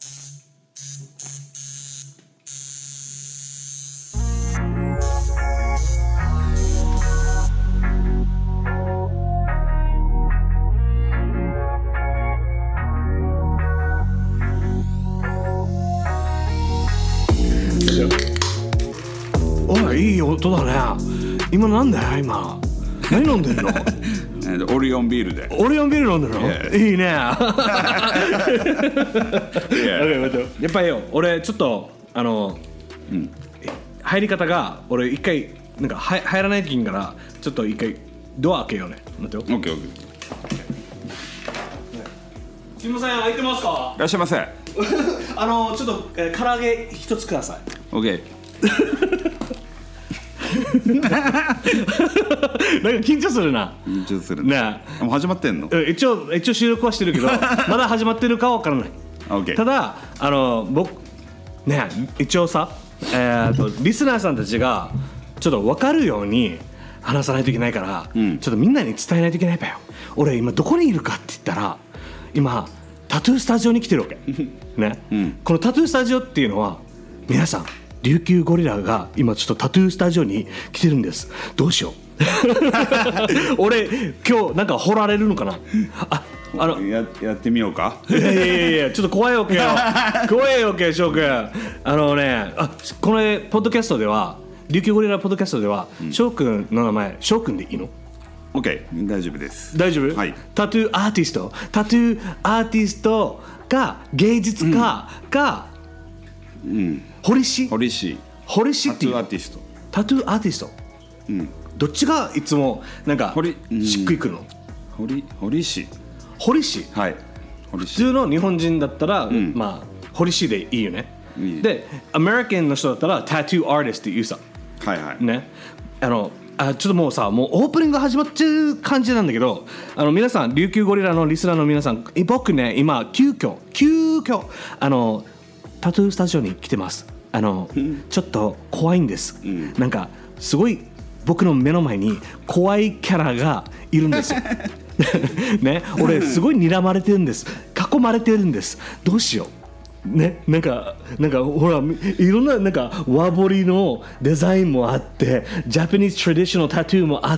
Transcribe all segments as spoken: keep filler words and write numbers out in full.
おい、いい音だね。今なんだよ今。何飲んでんの？ オリオンビールで。 オリオンビール飲んでるの？ Yeah. いいね。 yeah. やっぱりよ、俺ちょっとあの、うん、入り方が俺一回なんか入入らないときにからちょっと一回ドア開けようね。待ってよ。 オッケーオッケー。 すみません、開いてますか？ いらっしゃいませ。 あのちょっと、えー、唐揚げ一つください。 オッケー。 なんか緊張するな。 緊張するね。 もう始まってんの？ 一応一応収録はしてるけどまだ始まってるかは分からない。 okay. ただあの僕ね一応さ、えー、とリスナーさんたちがちょっと分かるように話さないといけないから、うん、ちょっとみんなに伝えないといけないばよ。俺今どこにいるかって言ったら今タトゥースタジオに来てるわけね、うん、このタトゥースタジオっていうのは皆さん琉球ゴリラが今ちょっとタトゥースタジオに来てるんです。どうしよう俺今日なんか掘られるのかな。あ、あのや, やってみようか。 いやいやいやちょっと怖いわけよ怖いわけよ翔くん。あのね、あこのポッドキャストでは琉球ゴリラポッドキャストでは翔、うん、くんの名前翔くんでいいの？ OK 大丈夫です。 大丈夫、 はい、 タトゥーアーティストタトゥーアーティストが芸術家が、うんうん堀氏堀氏堀氏っていうタトゥーアーティストタトゥーアーティスト、うん、どっちがいつもなんか堀、うん、しっくりくるの？ 堀堀氏堀氏、 はい、堀氏普通の日本人だったら、うん、まあ堀氏でいいよね。いいでアメリカンの人だったらタトゥーアーティストって言うさ。 はいはいね、あのあちょっともうさもうオープニング始まってる感じなんだけど、あの皆さん琉球ゴリラのリスナーの皆さん、僕ね今急遽急遽あのタトゥースタジオに来てます。あの、うん、ちょっと怖いんです、うん、なんかすごい僕の目の前に怖いキャラがいるんですよね、俺すごい睨まれてるんです。囲まれてるんです。どうしようね、なんかなんかほらいろんななんか和彫りのデザインもあってジャパニーズトラディショナルタトゥーもあって、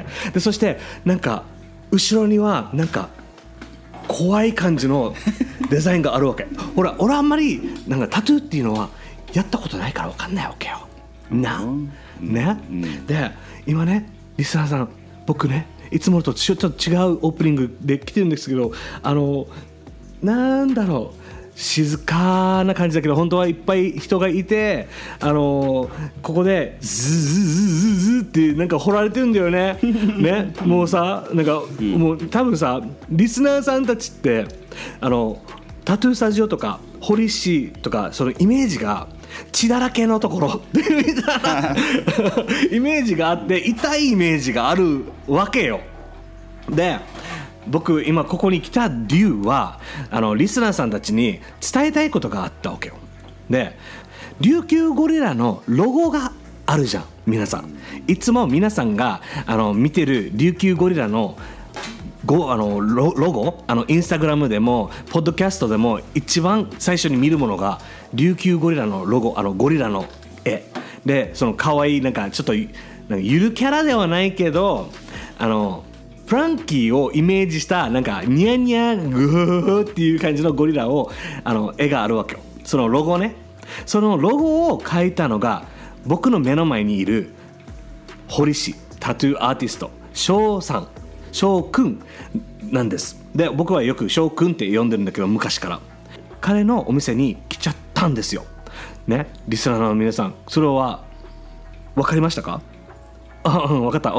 でそしてなんか後ろにはなんか怖い感じのデザインがあるわけほら俺あんまりなんかタトゥーっていうのはやったことないから分かんないわけよな、ね、うん、で今ねリスナーさん僕ねいつもとちょっと違うオープニングで来てるんですけど、あのなんだろう静かな感じだけど本当はいっぱい人がいて、あのここでズズズズズってなんか掘られてるんだよねね、もうさなんか、うん、もう多分さリスナーさんたちってあのタトゥースタジオとか堀市とかそのイメージが血だらけのところみたいなイメージがあって痛いイメージがあるわけよ。で僕今ここに来た理由はあのリスナーさんたちに伝えたいことがあったわけよ。で琉球ゴリラのロゴがあるじゃん皆さん。いつも皆さんがあの見てる琉球ゴリラのごあの ロ, ロゴあのインスタグラムでもポッドキャストでも一番最初に見るものが琉球ゴリラのロゴ、あのゴリラの絵で、その可愛いなんかちょっとなんかゆるキャラではないけどあのフランキーをイメージしたなんかニヤニヤグーっていう感じのゴリラをあの絵があるわけよ。そのロゴね、そのロゴを描いたのが僕の目の前にいる堀市タトゥーアーティスト翔さん翔くんなんです。で僕はよく翔くんって呼んでるんだけど昔から彼のお店に来ちゃったんですよね。リスナーの皆さんそれは分かりましたか？あ、うん、分かった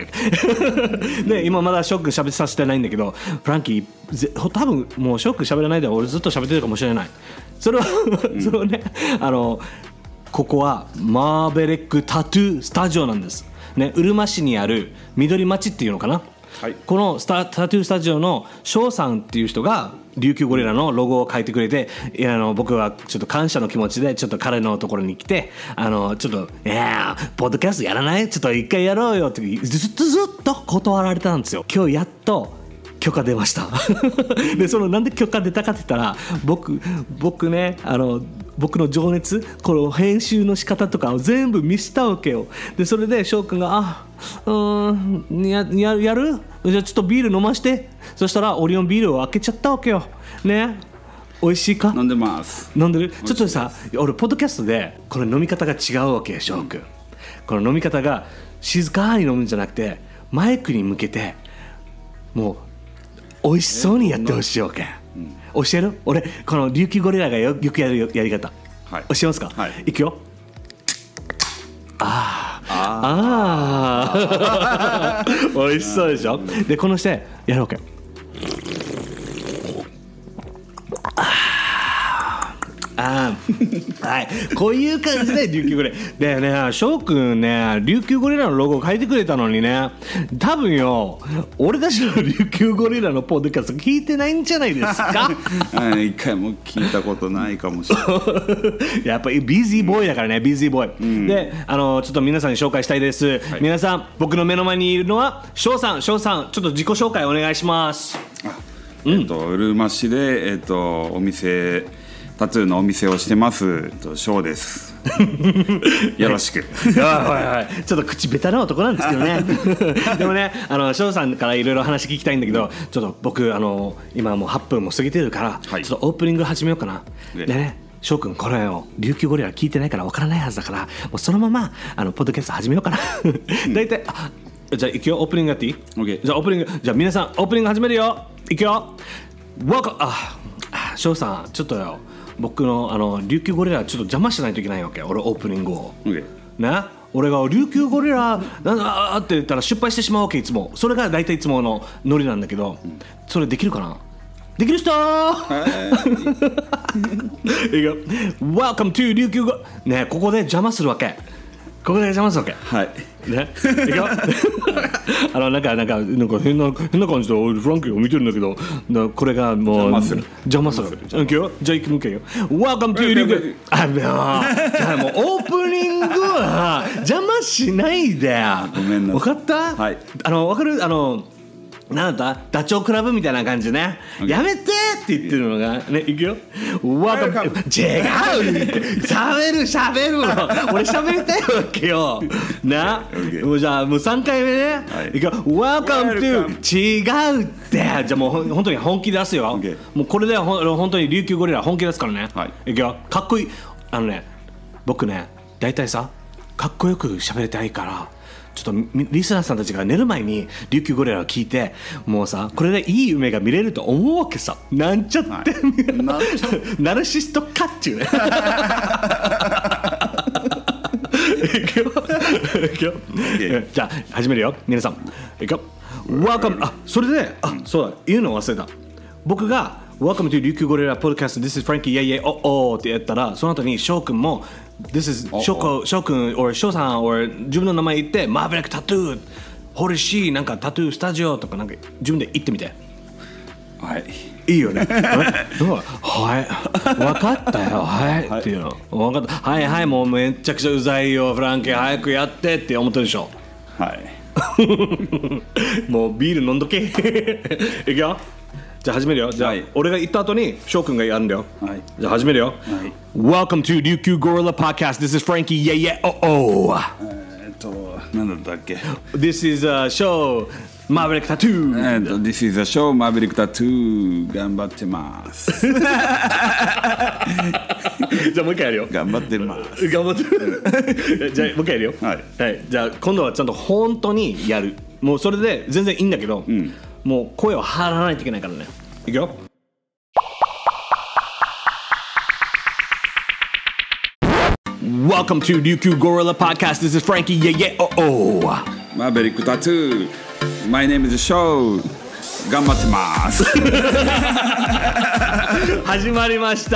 OKOK で今まだ翔くん喋させてないんだけどフランキー多分もう翔くん喋らないで俺ずっと喋ってるかもしれない。それはそれをねあのここはマーベレックタトゥースタジオなんですね。うるま市にある緑町っていうのかな、はい、このスタタトゥースタジオの翔さんっていう人が琉球ゴリラのロゴを書いてくれて、いやあの僕はちょっと感謝の気持ちでちょっと彼のところに来てあのちょっといやポッドキャストやらないちょっと一回やろうよってずっとずっと断られたんですよ。今日やっと許可出ましたでそのなんで許可出たかって言ったら僕僕ねあの僕の情熱この編集の仕方とかを全部見せたわけよ。でそれで翔くんがあうーん や, や, やるじゃあちょっとビール飲まして。そしたらオリオンビールを開けちゃったわけよね。美味しいか。 飲んでます。 飲んでる。ちょっとさ俺ポッドキャストでこの飲み方が違うわけよ翔くん、うん、この飲み方が静かに飲むんじゃなくてマイクに向けてもう美味しそうにやってほしいわけ、うん、教える。俺この琉球ゴリラが よ, よくやるやり方、はい、教えますか、はい、いくよ。あーああ美味しそうでしょ。でこのしてやるわけ。ああはいこういう感じで琉球ゴリラでね。翔くんね琉球ゴリラのロゴを書いてくれたのにね多分よ俺たちの琉球ゴリラのポッドキャスト聞いてないんじゃないですか一回も聞いたことないかもしれないやっぱりビジーボーイだからねビジーボーイ、うん、であのちょっと皆さんに紹介したいです、はい、皆さん僕の目の前にいるのは翔さん。翔さんちょっと自己紹介お願いします。 あえっとうるま市で、えっと、お店タトゥーのお店をしてますショーですよろしくはいはい、ちょっと口ベタな男なんですけどねでもねあのショーさんからいろいろ話聞きたいんだけど、ちょっと僕あの今もうはっぷんも過ぎてるから、はい、ちょっとオープニング始めようかな。でねショー君これを琉球ゴリラ聞いてないからわからないはずだからもうそのままあのポッドキャスト始めようかなだいたいじゃあ行くよ。オープニングやっていい、 okay. じゃあオープニングじゃあ皆さんオープニング始めるよ。行くよ。Welcome あショーさんちょっとよ僕のあの琉球ゴリラちょっと邪魔しないといけないわけ。俺オープニングを、 okay. ね俺が琉球ゴリラなんだって言ったら失敗してしまうわけいつも。それが大体いつものノリなんだけど、うん、それできるかな。できる人ーいくよ Welcome to 琉球ゴリラねここで邪魔するわけ。ここで邪魔するわけ。 はいね、いくよあのなんかなんかなんか変な変な感じで俺フランキーを見てるんだけどなこれがもう邪魔する邪魔する。いくよじゃあ行くもけよ Welcome to 琉球あもうじゃあもうオープニングは邪魔しないで。 ごめんなさい。 分かった、はい、あの分かるあのなんだダチョウ倶楽部みたいな感じね、okay. やめてって言ってるのがね。いくよ Welcome 違う喋る喋る俺喋りたいわけよな、okay. もうじゃあもうさんかいめね、はい、いくよ Welcome to 違うってじゃあもう本当に本気出すよ、okay. もうこれでほ本当に琉球ゴリラ本気出すからね、はい、いくよかっこいい。あのね僕ね大体さかっこよく喋りたいからちょっとリスナーさんたちが寝る前に琉球ゴリラを聞いてもうさこれでいい夢が見れると思うわけさ。なんちゃって、はい、ナルシストかっていうねいくよいくよ、okay. じゃあ始めるよ皆さん。いくよ Welcome あそれであそうだ言うの忘れた。僕が Welcome to 琉球ゴリラ Podcast This is Frankie yeah yeah oh oh ってやったらその後に翔くんもThis is 翔くん or 翔さん or 自分の名前言ってマーベリックタトゥーホリシーなんかタトゥースタジオとかなんか自分で言ってみて。 はいいいよねはい分かったよはい、はい、っていうの分かったはいはいもうめっちゃくちゃうざいよフランケン早くやってって思ってるでしょ。はいもうビール飲んどけいくよじゃあ始めるよ。じゃあ、はい、俺が言った後に翔くんがやるんだよ、はい、じゃあ始めるよ、はい、Welcome to 琉球ゴリラ Podcast This is Frankie yeah yeah oh oh えっと何だったっけ This is a show マーベリックタトゥーえっと This is a show マーベリックタトゥー頑張ってますじゃあもう一回やるよ。 頑張ってます頑張ってるじゃあもう一回やるよ、はいはい、じゃあ今度はちゃんと本当にやる。もうそれで全然いいんだけど、うんもう声を張らないといけないからね。いくよ。Welcome to 琉球ゴリラ Podcast. This is Frankie. Yeah, yeah, oh, oh. Maverick Tattoo. My name is Show. 頑張ってます始まりました。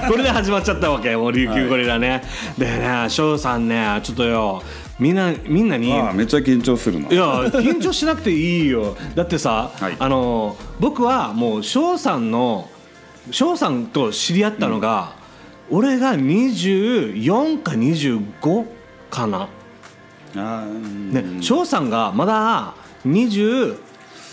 これで始まっちゃったわけ。もう琉球ゴリラね。はい、でね、ショウさんね、ちょっとよ。みんなみんなにああめっちゃ緊張するの。 いや緊張しなくていいよ。だってさ、はい、あの僕はもう翔さんの翔さんと知り合ったのが、うん、俺がにじゅうよんかにじゅうごかな。 あね、翔さんがまだにじゅう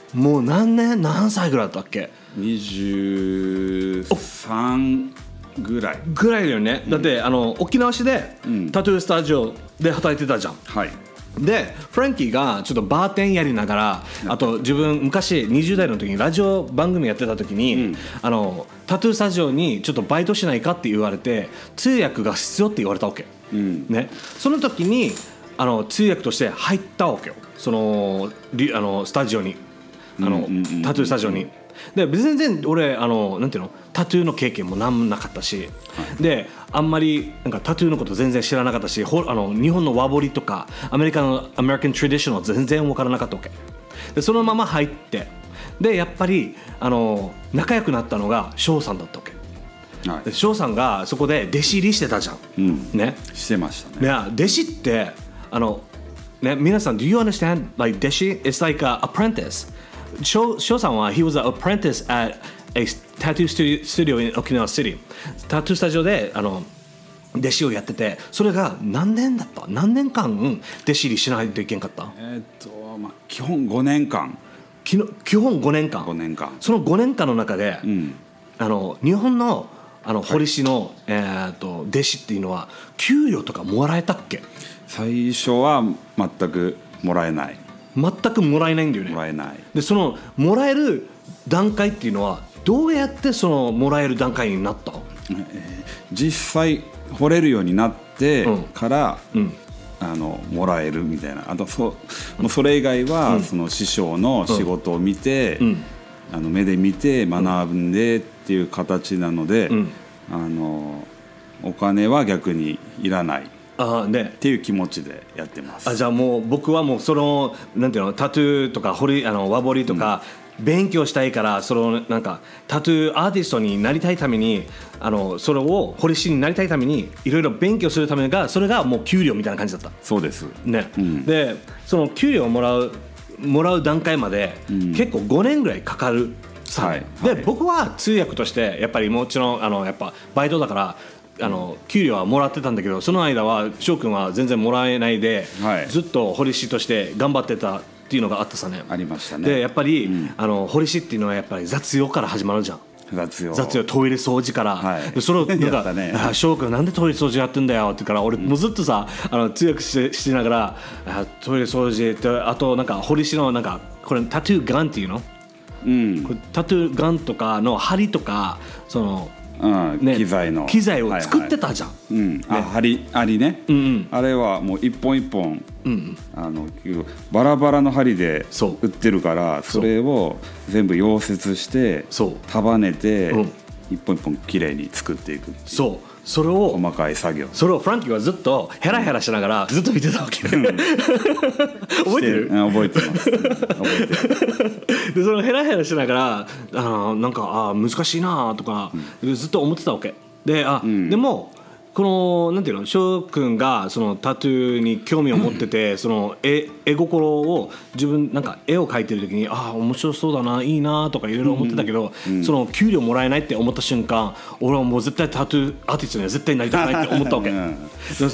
もう何年何歳ぐらいだったっけ？ にじゅうさんぐらいぐらいだよね、うん、だってあの沖縄市でタトゥースタジオで働いてたじゃん、 はい。 でフランキーがちょっとバーテンやりながら、あと自分昔にじゅう代の時にラジオ番組やってた時に、うん、あのタトゥースタジオにちょっとバイトしないかって言われて、通訳が必要って言われたわけ、うんね、その時にあの通訳として入ったわけよ、そのあのスタジオに、あの、うんうんうんうん、タトゥースタジオに。で全然俺あのなんていうのタトゥーの経験も何もなかったし、はい、であんまりなんかタトゥーのこと全然知らなかったし、ほあの日本の和彫りとかアメリカのアメリカントラディショナル全然分からなかったわけで、そのまま入って、でやっぱりあの仲良くなったのが翔さんだったわけ、はい、で翔さんがそこで弟子入りしてたじゃん、 うんね、 してましたね。 いや弟子ってあの、ね、皆さん Do you understand? Like 弟子 It's like an apprentice。翔さんは He was an apprentice at a tattoo studio in Okinawa City。 タトゥースタジオであの弟子をやってて、それが何年だった？何年間弟子入りしないといけんかった？ えーっとまあ基本ごねんかん。 基本ごねんかん。 ごねんかん。 そのごねんかんの中で、うん、あの日本のあの堀師の、はい、えー、と弟子っていうのは給料とかもらえたっけ？ 最初は全くもらえない。 全くもらえないんだよね。 もらえない。でそのもらえる段階っていうのはどうやってそのもらえる段階になった？ えー、実際掘れるようになってから、うんうん、あのもらえるみたいな。あと そ, もうそれ以外は、うん、その師匠の仕事を見て、うん、あの目で見て学んでっていう形なので、うん、あのお金は逆にいらない。 あね、 っていう気持ちでやってます。 あじゃあもう僕はもうそのなんていうのタトゥーとか彫りあの和彫りとか勉強したいから、うん、そのなんかタトゥーアーティストになりたいためにあのそれを彫り師になりたいためにいろいろ勉強するためがそれがもう給料みたいな感じだった。 そうですね、 うん、 でその給料をもらうもらう段階まで、うん、結構ごねんぐらいかかるさ、はい、で、はい、僕は通訳としてやっぱりもちろんあのやっぱバイトだからあの給料はもらってたんだけど、その間は翔くんは全然もらえないで、はい、ずっと彫り師として頑張ってたっていうのがあったさね。 ありましたね。 でやっぱり、うん、あの彫り師っていうのはやっぱり雑用から始まるじゃん。 雑用雑用トイレ掃除から、はい、でそれをなんかね、翔くんなんでトイレ掃除やってんだよって言うから俺もうずっとさ、うん、あの通訳してしながらあトイレ掃除ってあとなんか彫り師のなんかこれタトゥーガンっていうの、うん、これタトゥーガンとかの針とかそのうんね、機材の機材を作ってたじゃん、はいはい、 うんね、あ針針ね、うんうん、あれはもう一本一本、うんうん、あのバラバラの針で売ってるからそれを全部溶接して束ねて、うん、一本一本きれいに作っていくっていう。 そうそれを細かい作業、 それをフランキーはずっとヘラヘラしながらずっと見てたわけ、うん、覚えてる？ 覚えてます、うん、覚えてるでそのヘラヘラしながらあなんかあ難しいなとか、うん、ずっと思ってたわけで、あ、うん、でもこのなんていうの翔くんがそのタトゥーに興味を持っててその 絵, 絵心を自分なんか絵を描いてる時にあ面白そうだないいなとかいろいろ思ってたけど、うんうん、その給料もらえないって思った瞬間俺はもう絶対タトゥーアーティストには絶対になりたくないって思ったわけ、うん、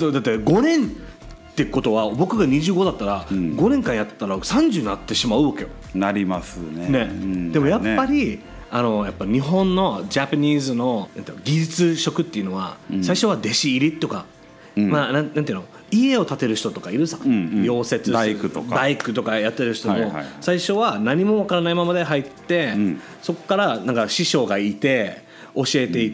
だってごねんってことは僕がにじゅうごだったら、うん、ごねんかんやったらさんじゅうになってしまうわけよ。 なりますね。 ね、うん、でもやっぱり、ね、あのやっぱ日本のジャパニーズの技術職っていうのは、うん、最初は弟子入りとか、うん、まあなんなんていうの家を建てる人とかいるさ、うんうん、溶接大工とか大工とかやってる人も、はいはいはい、最初は何もわからないままで入って、うん、そこからなんか師匠がいて教えていって、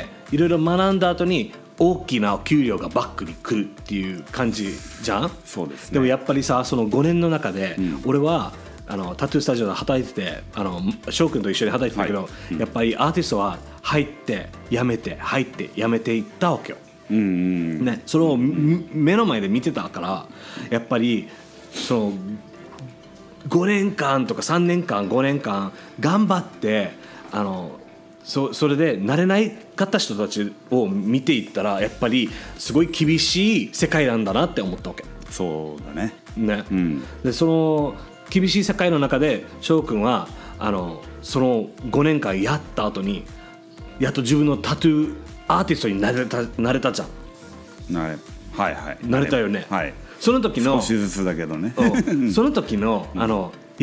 うん、いろいろ学んだ後に大きな給料がバックに来るっていう感じじゃん。 そうですね。 でもやっぱりさそのごねんの中で、うん、俺はあのタトゥースタジオで働いててあの翔くんと一緒に働いてたけど、はいうん、やっぱりアーティストは入って辞めて入って辞めていったわけよ、うんうんね、それを目の前で見てたからやっぱりそのごねんかんとかさんねんかんごねんかん頑張ってあの そ, それで慣れないかった人たちを見ていったらやっぱりすごい厳しい世界なんだなって思ったわけ。 そうだね。 ね、うん、でその厳しい世界の中で翔くんはあのそのごねんかんやった後にやっと自分のタトゥーアーティストになれた、なれたじゃん。 なれはいはいなれたよね、 はい、 その時の少しずつだけどねその時の、あのや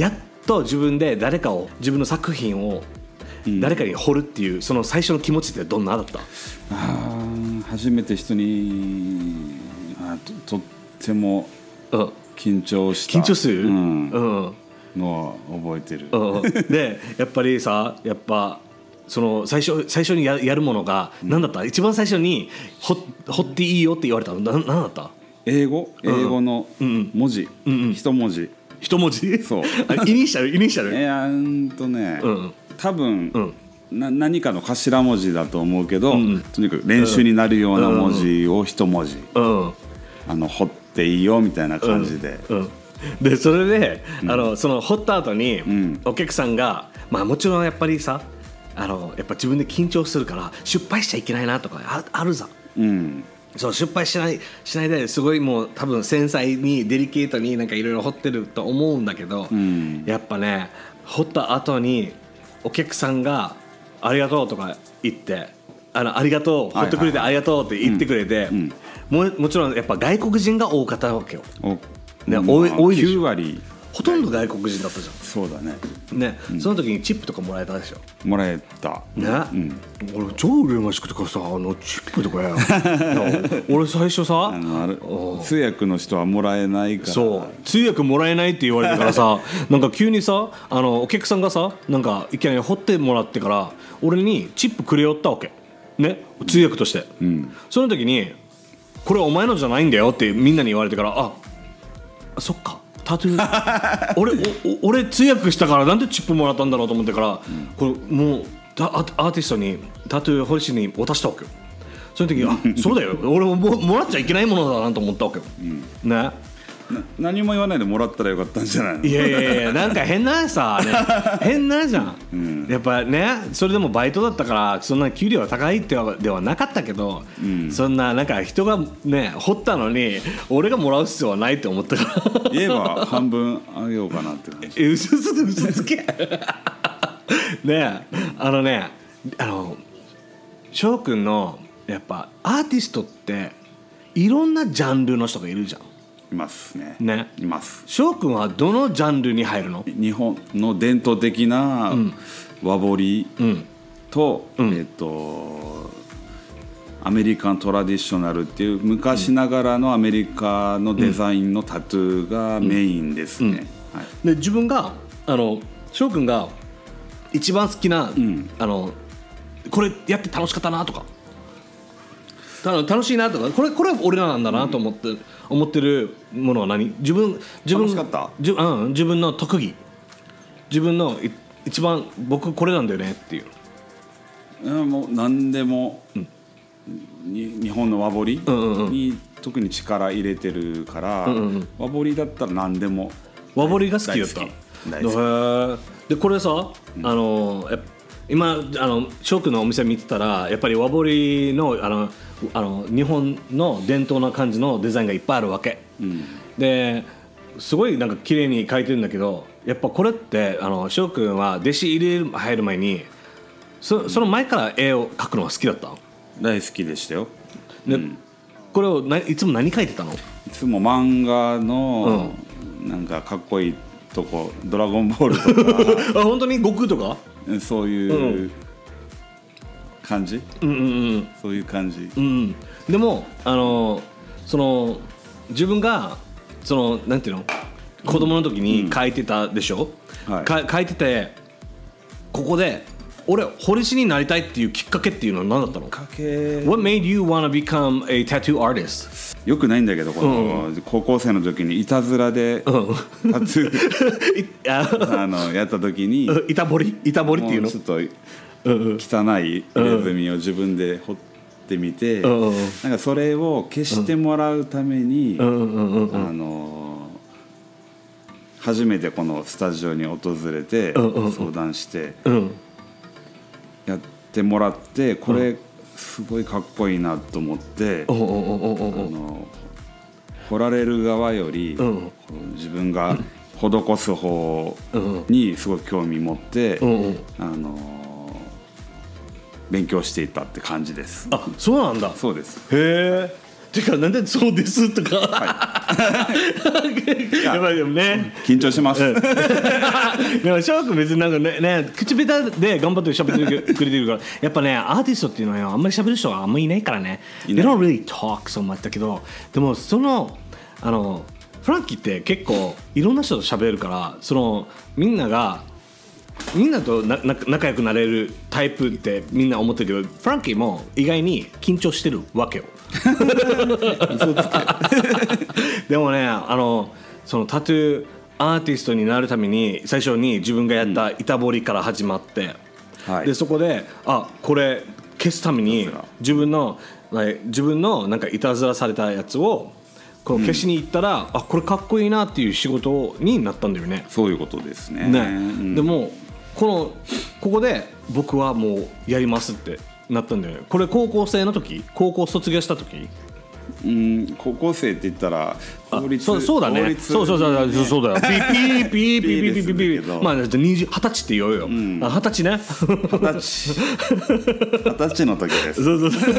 と自分で誰かを自分の作品を誰かに彫るっていう、その最初の気持ちってどんなだった？ あ初めて人にあ と, とっても緊張した、 緊張する、 うんうん、のは覚えてる、 うん、でやっぱりさやっぱその最初最初に や, やるものが何だった、うん、一番最初に彫っていいよって言われたの何だった？ 英語英語の文字、うんうん、一文字一文字そうイニシャルイニシャルえーんとね、うん、多分、 うんな何かの頭文字だと思うけど、うん、とにかく練習になるような文字を一文字、うん、あの彫っていいよみたいな感じで、 うんうん、でそれで、うん、あのその彫った後に、うん、お客さんがまあもちろんやっぱりさあのやっぱ自分で緊張するから失敗しちゃいけないなとか あ, あるさ、うん、そう失敗しないしないですごいもう多分繊細にデリケートになんかいろいろ彫ってると思うんだけど、うん、やっぱね彫った後にお客さんがありがとうとか言ってあのありがとう、掘ってくれてありがとうって言ってくれて、うんうん、も, もちろんやっぱ外国人が多かったわけよ。ね、多い多いでしょ。きゅう割ほとんど外国人だったじゃん。 そうだね。 ね、うん、その時にチップとかもらえたでしょ。 もらえた。 ね、うん、俺超羨ましくてからさ、あのチップとかや。俺最初さ、あの通訳の人はもらえないから。 そう、通訳もらえないって言われてからさ、なんか急にさ、あのお客さんがさ、なんかいきなり掘ってもらってから、俺にチップくれよったわけ。ね、通訳として。うん、その時にこれお前のじゃないんだよってみんなに言われてから、あ、そっか。タトゥー俺, お俺通訳したからなんでチップもらったんだろうと思ってから、うん、これもうアーティストにタトゥー欲しいに渡したわけよ。その時あそうだよ俺も も, もらっちゃいけないものだなと思ったわけよ、うん、ね何も言わないでもらったらよかったんじゃないの？ いやいやいやなんか変なさ、ね、変なじゃん、うん、やっぱねそれでもバイトだったからそんな給料は高いってではなかったけど、うん、そんななんか人がね掘ったのに俺がもらう必要はないって思ったから言えば半分あげようかなって感じ。 え嘘つ嘘つけねあのねあの翔くんのやっぱアーティストっていろんなジャンルの人がいるじゃん。 いますね。 ね、 います。 翔くんはどのジャンルに入るの？ 日本の伝統的な和彫りと、うん、えっとアメリカントラディショナルっていう昔ながらのアメリカのデザインのタトゥーがメインですね。うんうんはい、 で自分があの翔くんが一番好きな、うん、あのこれやって楽しかったなとか楽しいなとかこれこれは俺らなんだなと思って、うん、思ってるものは何？自分自分楽しかったじ、うん、自分の特技自分の一番僕これなんだよねっていう。 うん、もう何でも、うん、に日本の和彫りに特に力入れてるから、うんうんうん、和彫りだったら何でも和彫りが好きだった。大好きでこれさ、うん、あの今あの翔くんのお店見てたらやっぱり和彫りのあのあの日本の伝統な感じのデザインがいっぱいあるわけ、うん、ですごいなんか綺麗に描いてるんだけどやっぱこれってあの翔くんは弟子入れる入る前に そ, その前から絵を描くのが好きだった？ 大好きでしたよ。 で、うん、これをないつも何描いてたの？いつも漫画の、うん、なんかかっこいいとこドラゴンボールとかあ本当に悟空とかそういう感じ、 うんうんうん、 そういう感じ、 うん、でもあのその自分がそのなんていうの子供の時に書いてたでしょ、うんはい、か書いててここで俺彫り師になりたいっていうきっかけっていうのは何だったの？きっかけ What made you wanna become a tattoo artist? よくないんだけどこの、うん、高校生の時にいたずらで、うん、タトゥーあのやった時に板彫り板彫りっていうのちょっと汚い入れ墨を自分で彫ってみて、うん、なんかそれを消してもらうために、うん、あの初めてこのスタジオに訪れて相談して、うんやってもらってこれすごいかっこいいなと思って、うん、あの彫られる側より、うん、自分が施す方にすごく興味持って、うん、あの勉強していたって感じです。 あ、そうなんだ。 そうです。 へえ。ってかなんでそうですとか、はい、やっぱりでもね緊張します、うん、 でも翔くん別になんか ね, ね口下手で頑張って喋ってくれてるからやっぱねアーティストっていうのはよあんまり喋る人があんまりいないからね。 They don't really talk so much だけどでもそのあのフランキーって結構いろんな人と喋れるからそのみんながみんなとなな仲良くなれるタイプってみんな思ってるけどフランキーも意外に緊張してるわけよでもねあのそのタトゥーアーティストになるために最初に自分がやった板彫りから始まって、うんはい、でそこであこれ消すために自分の自分のなんかいたずらされたやつをこの消しに行ったら、うん、あこれかっこいいなっていう仕事になったんだよね。 そういうことですね。 ね、 うん、 でもこのここで僕はもうやりますってなったんだよね。これ高校生の時高校卒業した時うん高校生って言ったら法律そうそうだね法律そうそうそう、ね、そうだよピーピーピーピーピーピーピーピーまあ二十歳って言おうよ、うん、あ二十歳ね二十歳二十歳の時ですそうそうそう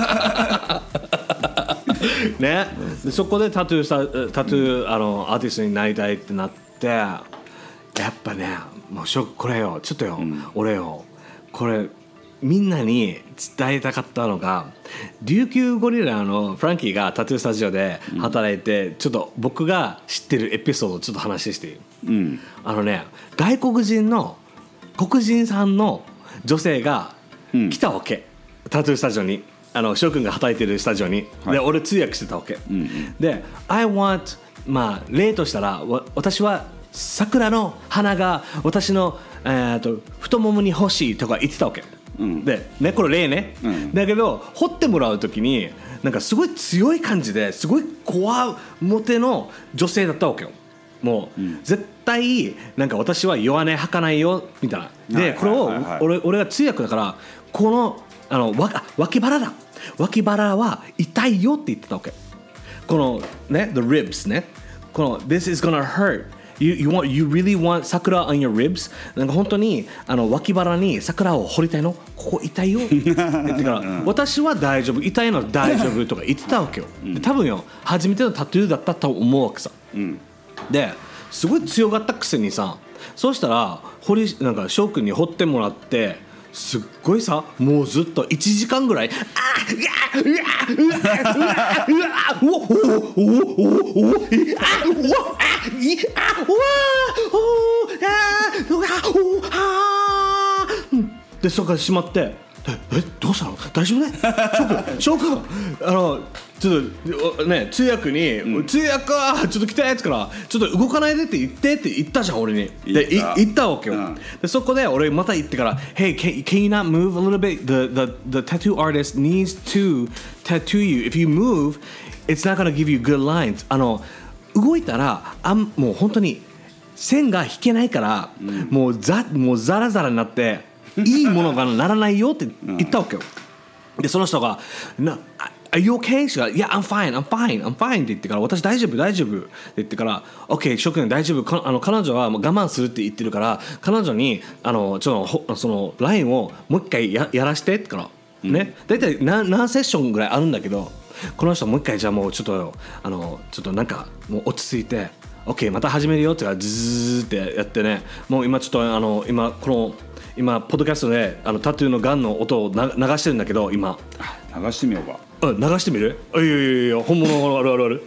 ね、でそこでタトゥーさタトゥーあのアーティストになりたいってなってやっぱねもうしょこれよちょっとよ、うん、俺よこれみんなに伝えたかったのが琉球ゴリラのフランキーがタトゥースタジオで働いて、うん、ちょっと僕が知ってるエピソードをちょっと話していい、うん、あのね外国人の黒人さんの女性が来たわけ、うん、タトゥースタジオにあの翔くんが働いてるスタジオに、はい、で俺通訳してたわけ、うんうん、で I want まあ例としたら私は桜の花が私の、えー、と太ももに欲しいとか言ってたわけ、うん、でねこれ例ね、うん、だけど彫ってもらう時になんかすごい強い感じですごいこわもての女性だったわけよ。もう、うん、絶対なんか私は弱音吐かないよみたいなでこれを俺、俺が通訳だからこのあのわ脇腹だ脇腹は痛いよって言ってたわけ。このね the ribs ねこの this is gonna hurt you, you, want, you really want 桜 on your ribs なんか本当にあの脇腹に桜を彫りたいのここ痛いよって言ってから、うん、私は大丈夫痛いのは大丈夫とか言ってたわけよ、うん、で多分よ初めてのタトゥーだったと思うわけさ、うん、ですごい強かったくせにさそうしたら彫りなんか翔くんに彫ってもらってすっごいさもうずっといちじかんぐらいあうわうわうわうわうわおおおおおおあうわあいあうわおあうわおあでそこからしまってえどうしたの大丈夫ね翔くん翔くんあのちょっとね通訳に、うん、通訳かちょっと来たやつからちょっと動かないでって言ってって言ったじゃん俺にで言った、言ったわけよ、うん、でそこで俺また言ってから Hey can, can you not move a little bit the, the, the tattoo artist needs to tattoo you if you move it's not gonna give you good lines あの動いたらあんもう本当に線が引けないから、うん、もうザもうザラザラになっていいものがならないよって言ったわけよ、うん、でその人がなAre you okay? しか Yeah, I'm fine, I'm fine, I'm fine って言ってから私大丈夫大丈夫って言ってから OK 翔くん大丈夫かあの彼女はもう我慢するって言ってるから彼女にあのちょっとそのラインをもう一回 や, やらしてってから、うん、ね大体 何, 何セッションぐらいあるんだけどこの人もう一回じゃあもうちょっとあのちょっとなんかもう落ち着いて OK また始めるよってからズーってやってねもう今ちょっとあの今この今ポッドキャストであのタトゥーのガンの音をな流してるんだけど今流してみようか流してみる？いやいやいや本物あるあるある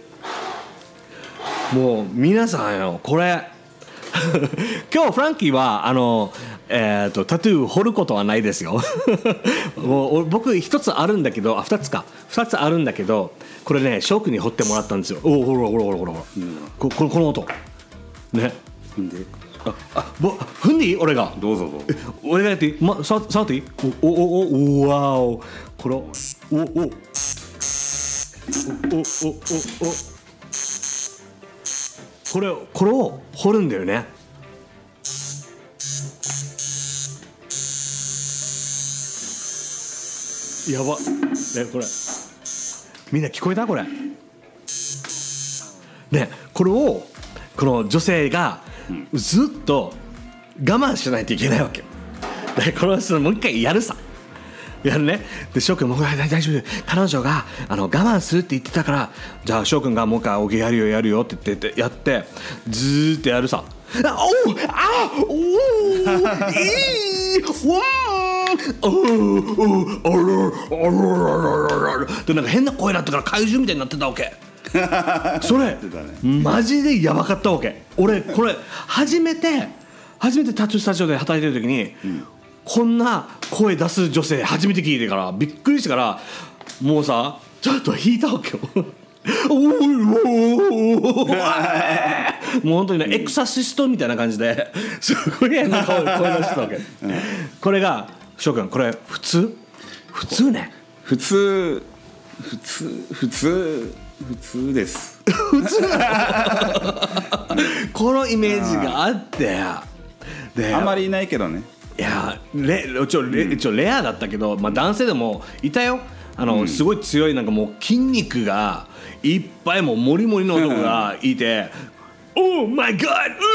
もう皆さんよこれ今日フランキーはあの、えー、とタトゥー彫ることはないですよもう僕一つあるんだけどあ二つか二つあるんだけどこれね翔くんに彫ってもらったんですよ。おほらほらほらほらほら、うん、こ, こ, この音ね踏んでああぼ踏んでいい俺がどうぞどうぞ俺がやっていい、ま、触っていいおおおおわおこれおおおおおおおこれこれを掘るんだよね。やばねこれみんな聞こえたこれねこれをこの女性がずっと我慢しないといけないわけよ。でこの人もう一回やるさやるね。で翔くんもう大丈夫、彼女があの我慢するって言ってたから、じゃあ翔くんがもう一回オケやるよやるよって言ってやって、ずーってやるさ。あおーあおーいいわーおーおーあらあらあらあらでなんか変な声になってから怪獣みたいになってたわけ。それマジでやばかったわけ。俺これ初めて初めてタトゥースタジオで働いてる時に、うん、こんな声出す女性初めて聞いてからびっくりしてから、もうさちょっと引いたわけよ。おおもう本当にね、エクサシストみたいな感じですごい変な声出してたわけ、うん、これが翔くんこれ普通普通ね普通普通普通普通です普通このイメージがあってであんまりいないけどね。 いやレちょレ、うん、ちょレアだったけど、まあ、男性でもいたよ。あの、うん、すごい強いなんかもう筋肉がいっぱいもうモリモリの男がいてOh my God!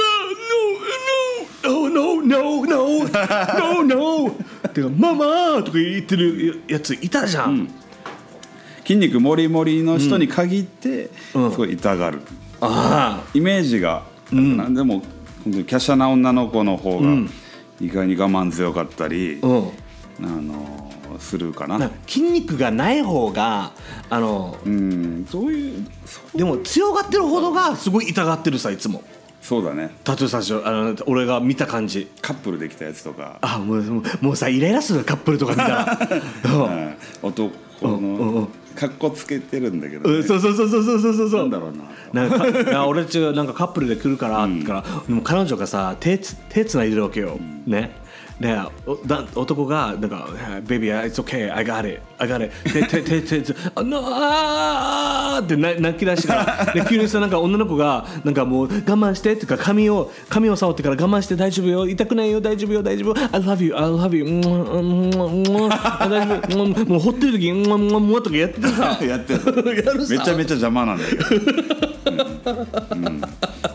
No, no, no, no, no, no, no! ってかママとか言ってるやついたじゃん。うん、 筋肉モリモリの人に限ってすごい痛がる。うん、あイメージが、うん、なんでも華奢な女の子の方が意外に我慢強かったり、うん、あのするかな。 な筋肉がない方があのうんそういうでも強がってるほどがすごい痛がってるさいつも。 そうだね。 タトゥースタジオあの俺が見た感じカップルできたやつとかあもうもうもうさイライラするカップルとか見たら、 うん、男のかっこつけてるんだけど、ね、 そうそうそうそうそうそうそうなんだろうななんか俺ちなんかカップルで来るからってから、うん、でも彼女がさ手つ手つないでるわけよ、うん、ねでだ男がなんか Baby it's okay I got it I got it 手手手手あのあーって泣き出してからで急にさなんか女の子がなんかもう我慢してってか髪を髪を触ってから我慢して大丈夫よ痛くないよ大丈夫よ大丈夫 I love you I love you 大丈夫もう掘ってる時もももとかやっててさやってるやるさめちゃめちゃ邪魔なんだけど、うんうん、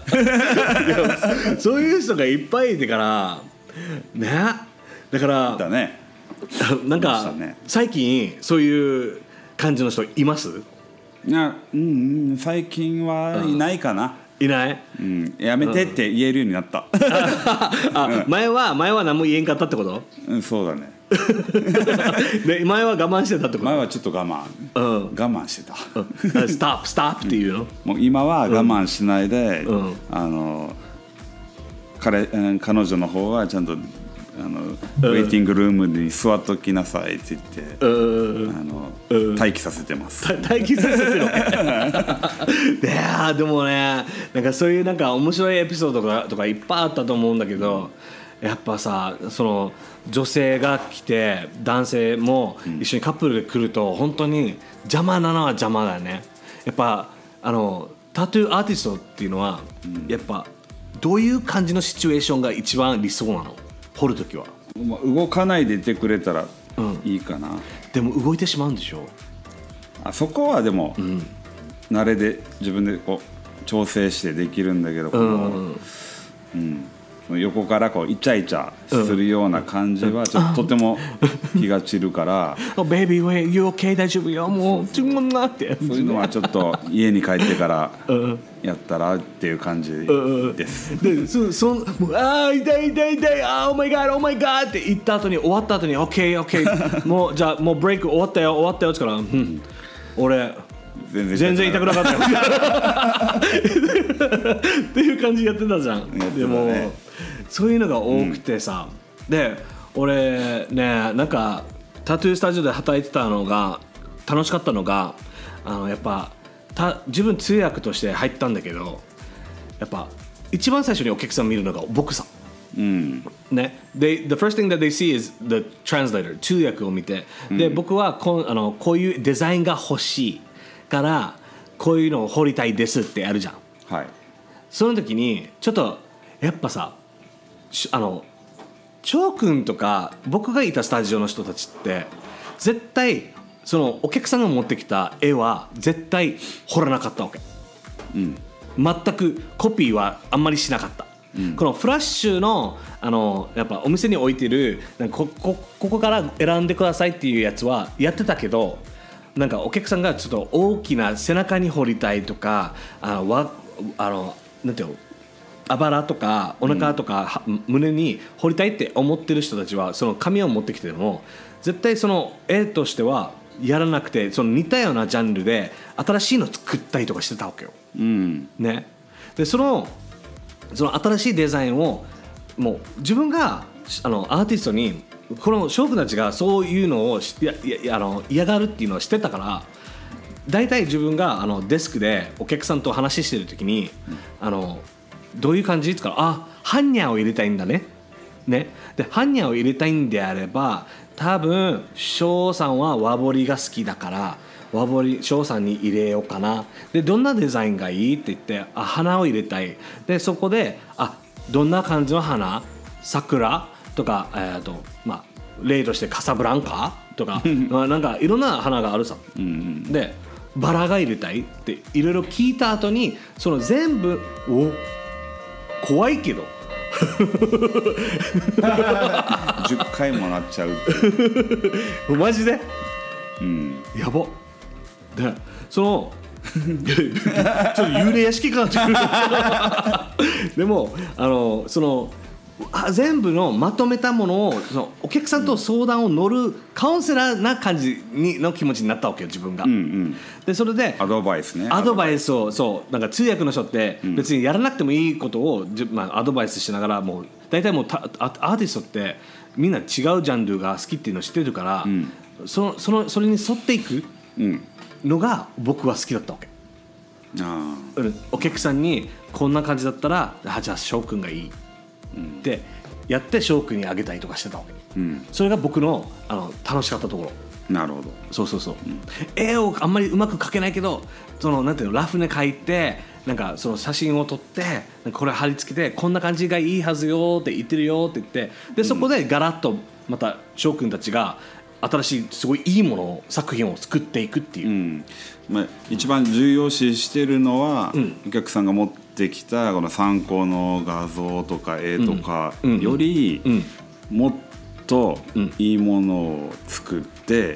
そういう人がいっぱいいてからね、だからだねなんか、ね、最近そういう感じの人います？ いや、うん、最近はいないかな。 いない、 うん、やめてって言えるようになった。 あ、前は前は何も言えんかったってこと？ うん、そうだね。 で前は我慢してたってこと？ 前はちょっと我慢、うん、我慢してた。 ストップストップっていうの？ もう今は我慢しないで、うん、あの彼彼女の方はちゃんとあの、うん、ウェイティングルームに座っときなさいって言って、うん、あの、うん、待機させてます。 待機させてる。いやでもねなんかそういうなんか面白いエピソードとかとかいっぱいあったと思うんだけど、うん、やっぱさその女性が来て男性も一緒にカップルで来ると本当に邪魔なのは邪魔だよね。やっぱあのタトゥーアーティストっていうのは、うん、やっぱどういう感じのシチュエーションが一番理想なの？掘るときは動かないでいてくれたらいいかな、うん、 でも動いてしまうんでしょ？ あそこはでも、うん、慣れで自分でこう調整してできるんだけど、うんうん、横からこうイチャイチャするような感じはちょっととても気が散るから 「Oh baby wait you okay 大丈夫よもう自分な」ってそういうのはちょっと家に帰ってからやったらっていう感じです。 でそそもうああ痛い痛い痛いああ Oh my god Oh my god って言った後に終わった後に OK OK もうじゃあもうブレイク終わったよ終わったよってから、うん、俺全然, 全然痛くなかったよっていう感じやってたじゃん。ね、でもそういうのが多くてさ、うん、で俺ねなんかタトゥースタジオで働いてたのが楽しかったのがあのやっぱた自分通訳として入ったんだけどやっぱ一番最初にお客さん見るのが僕さ、うんね、で The first thing that they see is the translator 通訳を見て、うん、で僕はこあのこういうデザインが欲しいからこういうのを彫りたいですってやるじゃん、はい、その時にちょっとやっぱさあの張君とか僕がいたスタジオの人たちって絶対そのお客さんが持ってきた絵は絶対彫らなかったわけ、うん、全くコピーはあんまりしなかった、 うん、このフラッシュの、あのやっぱお店に置いてるなんか こ, こ, ここから選んでくださいっていうやつはやってたけど、なんかお客さんがちょっと大きな背中に彫りたいとか、あわあのなんていうのあばらとかお腹とか、うん、胸に彫りたいって思ってる人たちはその紙を持ってきても絶対その絵としてはやらなくて、その似たようなジャンルで新しいの作ったりとかしてたわけよ、 うんね、でそのその新しいデザインをもう自分があのアーティストにこの翔くんたちがそういうのをややあの嫌がるっていうのを知ってたから、だいたい自分があのデスクでお客さんと話してる時に、うん、あのどういう感じって言ったら、あ、ハンニャを入れたいんだね。ね。で、ハンニャを入れたいんであれば、多分翔さんは和彫りが好きだから、和彫り翔さんに入れようかな。で、どんなデザインがいいって言って、あ、花を入れたい。で、そこで、あ、どんな感じの花、桜とか、えーとまあ、例としてカサブランカとか、まあ、なんかいろんな花があるさ。うんうん、で、バラが入れたいっていろいろ聞いた後に、その全部を怖いけどじゅっかいもなっちゃうマジで、 うん、 やばでそのちょっと幽霊屋敷感でもあのその全部のまとめたものをそのお客さんと相談を乗るカウンセラーな感じにの気持ちになったわけよ自分が、うんうん、でそれでアドバイスねアドバイスをそうなんか通訳の人って別にやらなくてもいいことを、まあ、アドバイスしながらもう大体もうアーティストってみんな違うジャンルが好きっていうのを知ってるから、うん、そのそのそれに沿っていくのが僕は好きだったわけ、うん、お客さんにこんな感じだったらあじゃあ翔くんがいいってやって翔くんにあげたりとかしてたわけ、うん、それが僕 の, あの楽しかったところ。 なるほど。 そうそうそう、うん、絵をあんまりうまく描けないけどそのなんていうのラフで描いてなんかその写真を撮ってなんかこれ貼り付けてこんな感じがいいはずよって言ってるよって言ってでそこでガラッとまた翔くんたちが新しいすごいいいものを作品を作っていくっていう、うんまあ、一番重要視してるのは、うん、お客さんが持ってきたこの参考の画像とか絵とかより、うんうんうん、もっといいものを作って、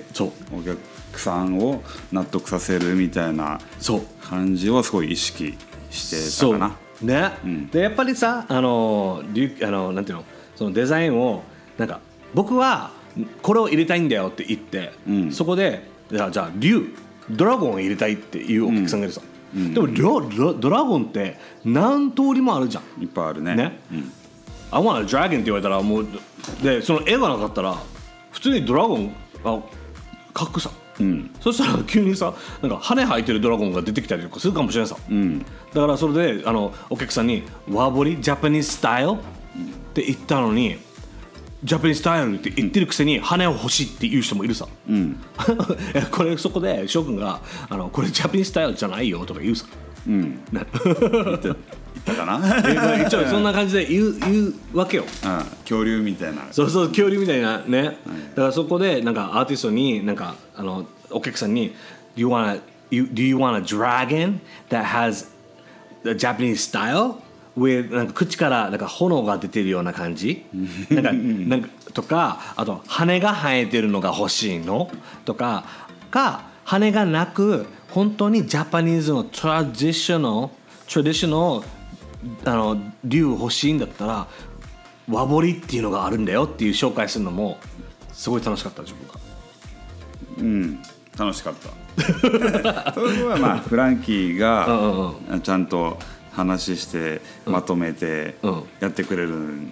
うん、お客さんを納得させるみたいな感じをすごい意識してたかな。 そうね、うん、でやっぱりさあのあのなんていうのそのデザインをなんか僕はこれを入れたいんだよって言って、うん、そこでじゃあ、じゃあ竜ドラゴンを入れたいっていうお客さんがいるさ、うん、でもドラゴンって何通りもあるじゃん。 いっぱいあるね。 ね、うん、I want a dragon って言われたらもうでその絵がなかったら普通にドラゴンあ描くさ、うん、そしたら急にさなんか羽生えてるドラゴンが出てきたりとかするかもしれないさ、うん、だからそれであのお客さんに和彫りジャパニーズスタイルって言ったのにジャパニーズスタイルって言ってるくせに羽を欲しいっていう人もいるさ、うん、これそこで翔くんがあのこれジャパニーズスタイルじゃないよとか言うさ、うん、言ったかな一応そんな感じで言う、言うわけよ、 うん、恐竜みたいなそうそう恐竜みたいなね、うん、だからそこでなんかアーティストになんかあのお客さんに Do you want a, you, do you want a dragon that has the Japanese style?With なんか口からなんか炎が出てるような感じなんかなんかとかあと羽が生えてるのが欲しいのとかか羽がなく本当にジャパニーズのトラディショナルトラディショナルあの竜欲しいんだったら和彫りっていうのがあるんだよっていう紹介するのもすごい楽しかった自分が。 うん楽しかったそれはまあフランキーがちゃんと話してまとめてやってくれる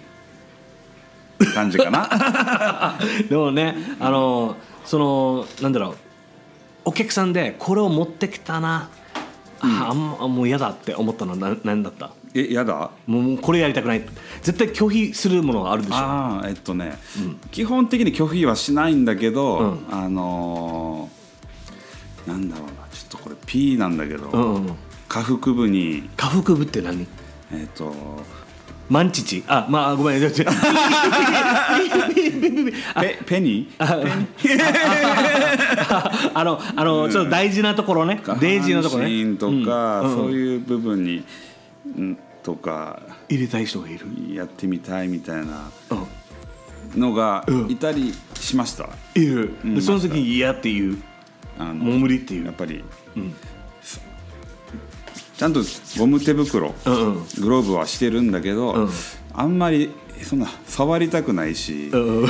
感じかなでもねあのそのなんだろうお客さんでこれを持ってきたな、うん、ああもう嫌だって思ったのは何だった？ え嫌だ？ もうこれやりたくない絶対拒否するものがあるでしょ。 ああえっとね、うん、基本的に拒否はしないんだけど、うん、あのー、なんだろうなちょっとこれ P なんだけど、うんうん下腹部に下腹部って何？ えっとマンチチあまあごめんペペニあのあのちょっと大事なところね大事なところねとか、うん、そういう部分に、うん、 とか入れたい人がいる、 やってみたいみたいなのがいたりしました、 うん、いる、でその時に嫌っていう、あのもう無理っていう、 やっぱり、うん、ちゃんとゴム手袋、うんうん、グローブはしてるんだけど、うん、あんまりそんな触りたくないし、うんうん、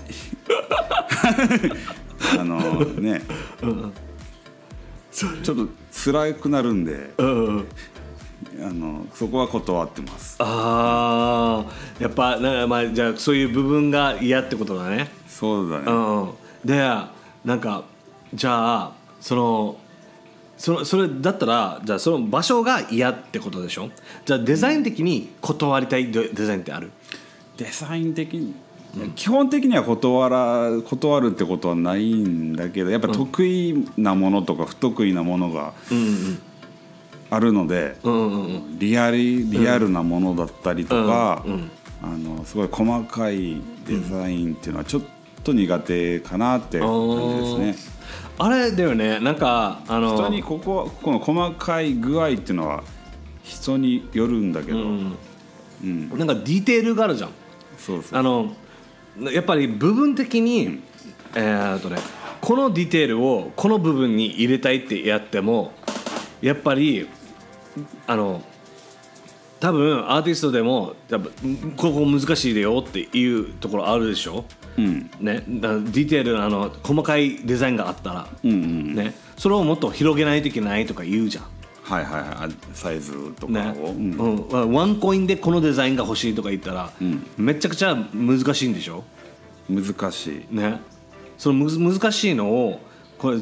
あのね、うんうん、ちょっと辛くなるんで、うんうん、あのそこは断ってます。 ああ、やっぱなんか、まあ、じゃあそういう部分が嫌ってことだね。 そうだね、 うんうん、でなんかじゃあそのそのそれだったらじゃあその場所が嫌ってことでしょ。じゃあデザイン的に断りたいデザインってある？ デザイン的に、うん、基本的には断ら断るってことはないんだけど、やっぱ得意なものとか不得意なものがあるので、うんうんうん、リアルリアルなものだったりとか、うんうん、あのすごい細かいデザインっていうのはちょっと苦手かなって感じですね。 あれだよね、なんかあの人にこここの細かい具合っていうのは人によるんだけど、うんうん、なんかディテールがあるじゃん。 そうそう、 あのやっぱり部分的に、うん、えーっとね、このディテールをこの部分に入れたいってやってもやっぱりあの多分アーティストでもやっぱここ難しいでよっていうところあるでしょ、うんね、だからディテールのあの細かいデザインがあったら、うんうんね、それをもっと広げないといけないとか言うじゃん。 はいはいはい、サイズとかを、ね、 うんうん、ワンコインでこのデザインが欲しいとか言ったら、うん、めちゃくちゃ難しいんでしょ。 難しい、 ね、そのむ難しいのをこれ、うん、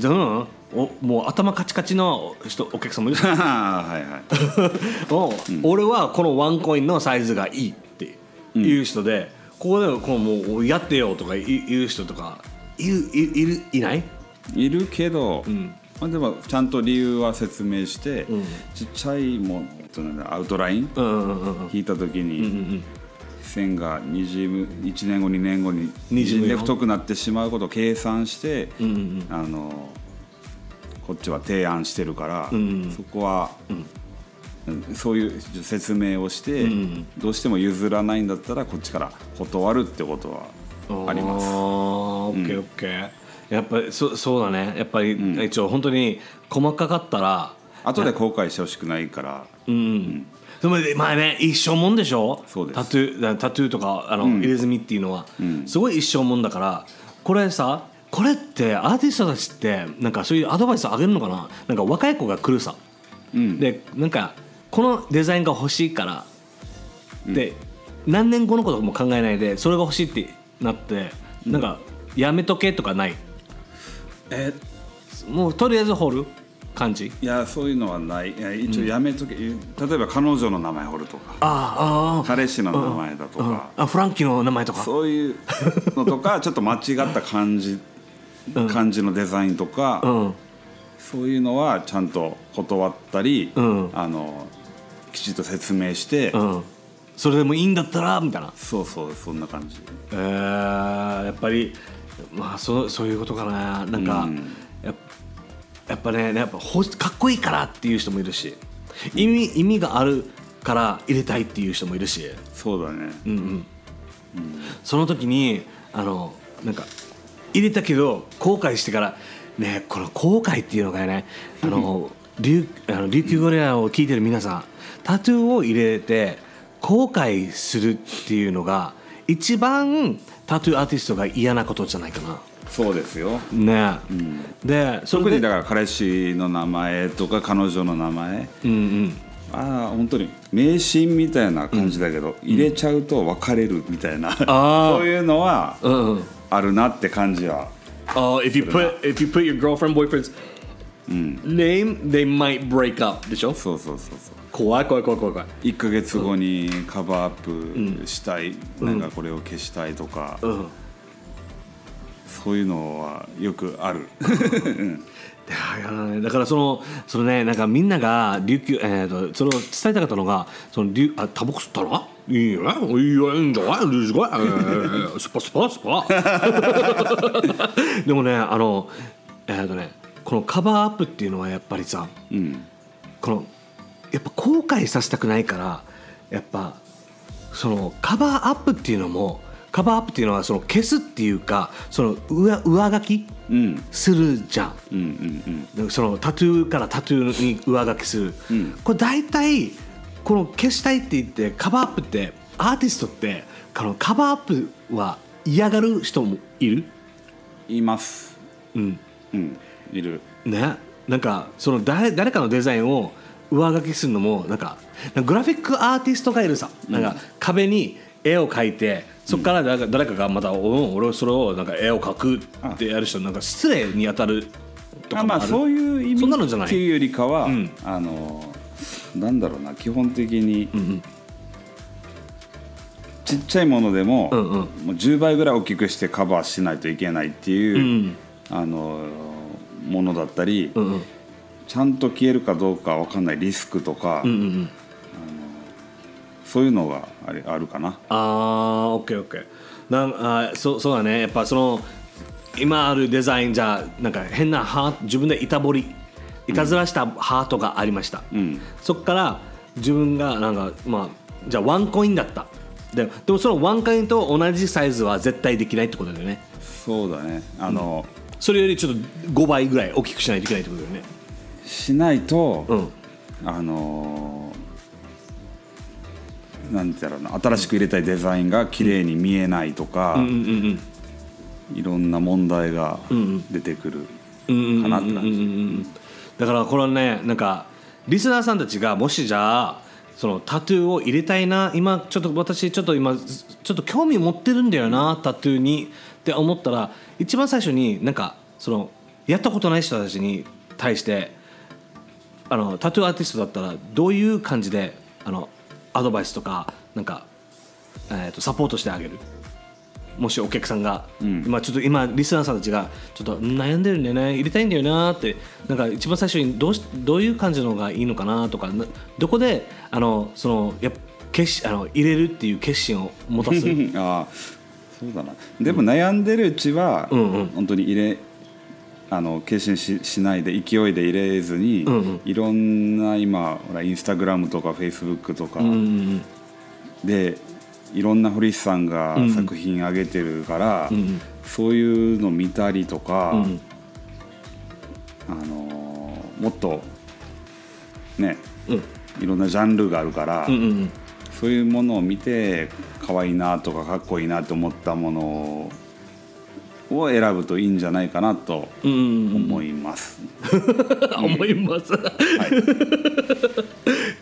おもう頭カチカチの人お客さんもいるはいはいお、うん、俺はこのワンコインのサイズがいいっていう人で、うん、ここでこうもうやってよとか言う人とかいるいるいないいるけど、うん、まあ、でもちゃんと理由は説明して、うん、ちっちゃいものアウトライン、うんうんうん、引いた時に、うんうんうん、線がにじむいちねんごにねんごににじんで太くなってしまうことを計算して、うんうんうん、あのこっちは提案してるから、うんうん、そこは、うん、そういう説明をして、うんうん、どうしても譲らないんだったらこっちから断るってことはあります。 オッケーオッケー。やっぱり そ, そうだね。やっぱり、うん、一応本当に細かかったら後で後悔してほしくないから、うんうん、 でもまあね、一生もんでしょ。 そうです。 タトゥー、タトゥーとかあの、うん、入れ墨っていうのは、うん、すごい一生もんだから、これさ、これってアーティストたちってなんかそういうアドバイスあげるのかな。なんか若い子が来るさ、うん、でなんかこのデザインが欲しいから、うん、で何年後のことも考えないでそれが欲しいってなって、うん、なんかやめとけとかない？えもうとりあえず掘る感じ？ いや、そういうのはない。いや、一応やめとけ、うん、例えば彼女の名前掘るとか、 ああ彼氏の名前だとか、 ああフランキーの名前とか、 そういうのとかちょっと間違った感じ、うん、感じのデザインとか、うん、そういうのはちゃんと断ったり、うん、あのきちっと説明して、うん、 それでもいいんだったらみたいな。 そうそう、そんな感じ。 えー、やっぱりまあ そ, そういうことかな。なんか、うん、や, やっぱね、やっぱかっこいいからっていう人もいるし、意味意味があるから入れたいっていう人もいるし。 そうだね。うんうん。うん、 その時にあのなんか入れたけど後悔してからね、この後悔っていうのがね、あの琉あの琉球ゴリラを聞いてる皆さん、タトゥーを入れて後悔するっていうのが一番タトゥーアーティストが嫌なことじゃないかな。 そうですよね、うん、でそれで特にだから彼氏の名前とか彼女の名前、うんうん、ああ本当に迷信みたいな感じだけど、うん、入れちゃうと別れるみたいな、うん、そういうのはあるなって感じは。 Uh, if you put if you put your girlfriend boyfriend's、うん、name, they might break up でしょ。 そうそうそうそう。 怖い怖い怖い怖い怖い。 いっかげつごにカバーアップしたい、うん、なんかこれを消したいとか、うん、そういうのはよくある。 だからそのそのね、なんかみんなが琉球、えー、とそれを伝えたかったのが、そのあタバコ吸ったらいいよね、いいよ、いいんじゃない、すごい、スパスパスパ。でもね、あのえーとねこのカバーアップっていうのはやっぱりさ、うん、このやっぱ後悔させたくないからやっぱそのカバーアップっていうのもカバーアップっていうのはその消すっていうかその 上, 上書きするじゃん、うんうんうん、そのタトゥーからタトゥーに上書きする、うん、これ大体この消したいって言ってカバーアップってアーティストってこのカバーアップは嫌がる人もいる？ います、うんうん、いるね。なんかその 誰, 誰かのデザインを上書きするのもなんかグラフィックアーティストがいるさ、うん、なんか壁に絵を描いてそこから誰か、誰かがまた、うん、俺それをなんか絵を描くってやる人なんか失礼に当たるとかもある。 あ、まあ、そういう意味っていうよりかは、うん、あのなんだろうな、基本的に、うんうん、ちっちゃいものでも、うんうん、もうじゅうばいぐらい大きくしてカバーしないといけないっていう、うん、あのものだったり、うんうん、ちゃんと消えるかどうか分かんないリスクとか、うんうんうん、あのそういうのがあれあるかな。 あー、オッケーオッケー。なんあ そ, そうだね。やっぱその今あるデザインじゃなんか変なハート、自分で板彫りいたずらしたハートがありました、うん、そっから自分がなんか、まあ、じゃあワンコインだった。 で, でもそのワンコインと同じサイズは絶対できないってことだよね。 そうだね。あの、うん、それよりちょっとごばいぐらい大きくしないといけないってことだよね。 しないと、うん、あのなんて言うの、新しく入れたいデザインが綺麗に見えないとか、うんうんうんうん、いろんな問題が出てくるかなって感じ。 だからこれはね、なんかリスナーさんたちがもしじゃあそのタトゥーを入れたいな、今ちょっと私ちょっと今ちょっと興味持ってるんだよな、タトゥーにって思ったら、一番最初になんかそのやったことない人たちに対してあのタトゥーアーティストだったらどういう感じであのアドバイスとかなんか、えー、とサポートしてあげる？もしお客さんが、うん、今ちょっと今リスナーさんたちがちょっと悩んでるんだよね、入れたいんだよなって、なんか一番最初にどうしどういう感じのがいいのかなとか、どこであのそのや決あの入れるっていう決心を持たすああ、そうだな。でも悩んでるうちは、うんうん、本当に入れあの決心 し, しないで勢いで入れずに、うんうん、いろんな今ほらインスタグラムとかフェイスブックとか、うんうん、でいろんな堀市さんが作品上げてるから、うんうん、そういうの見たりとか、うんうん、あのもっとね、うん、いろんなジャンルがあるから、うんうん、そういうものを見て可愛いなとかかっこいいなと思ったものを選ぶといいんじゃないかなと思います。 思います。はい、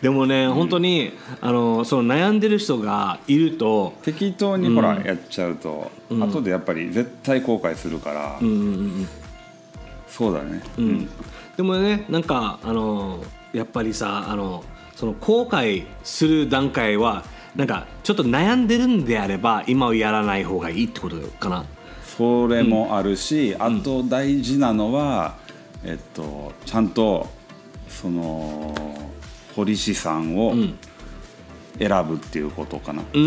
でもね、うん、本当にあのその悩んでる人がいると適当にほら、うん、やっちゃうと、うん、後でやっぱり絶対後悔するから、うんうんうん、そうだね、うんうん、 でもね、なんかあのやっぱりさ、あのその後悔する段階はなんかちょっと悩んでるんであれば今をやらない方がいいってことかな。 それもあるし、うん、あと大事なのは、えっと、ちゃんとその堀市さんを選ぶっていうことかな、うん、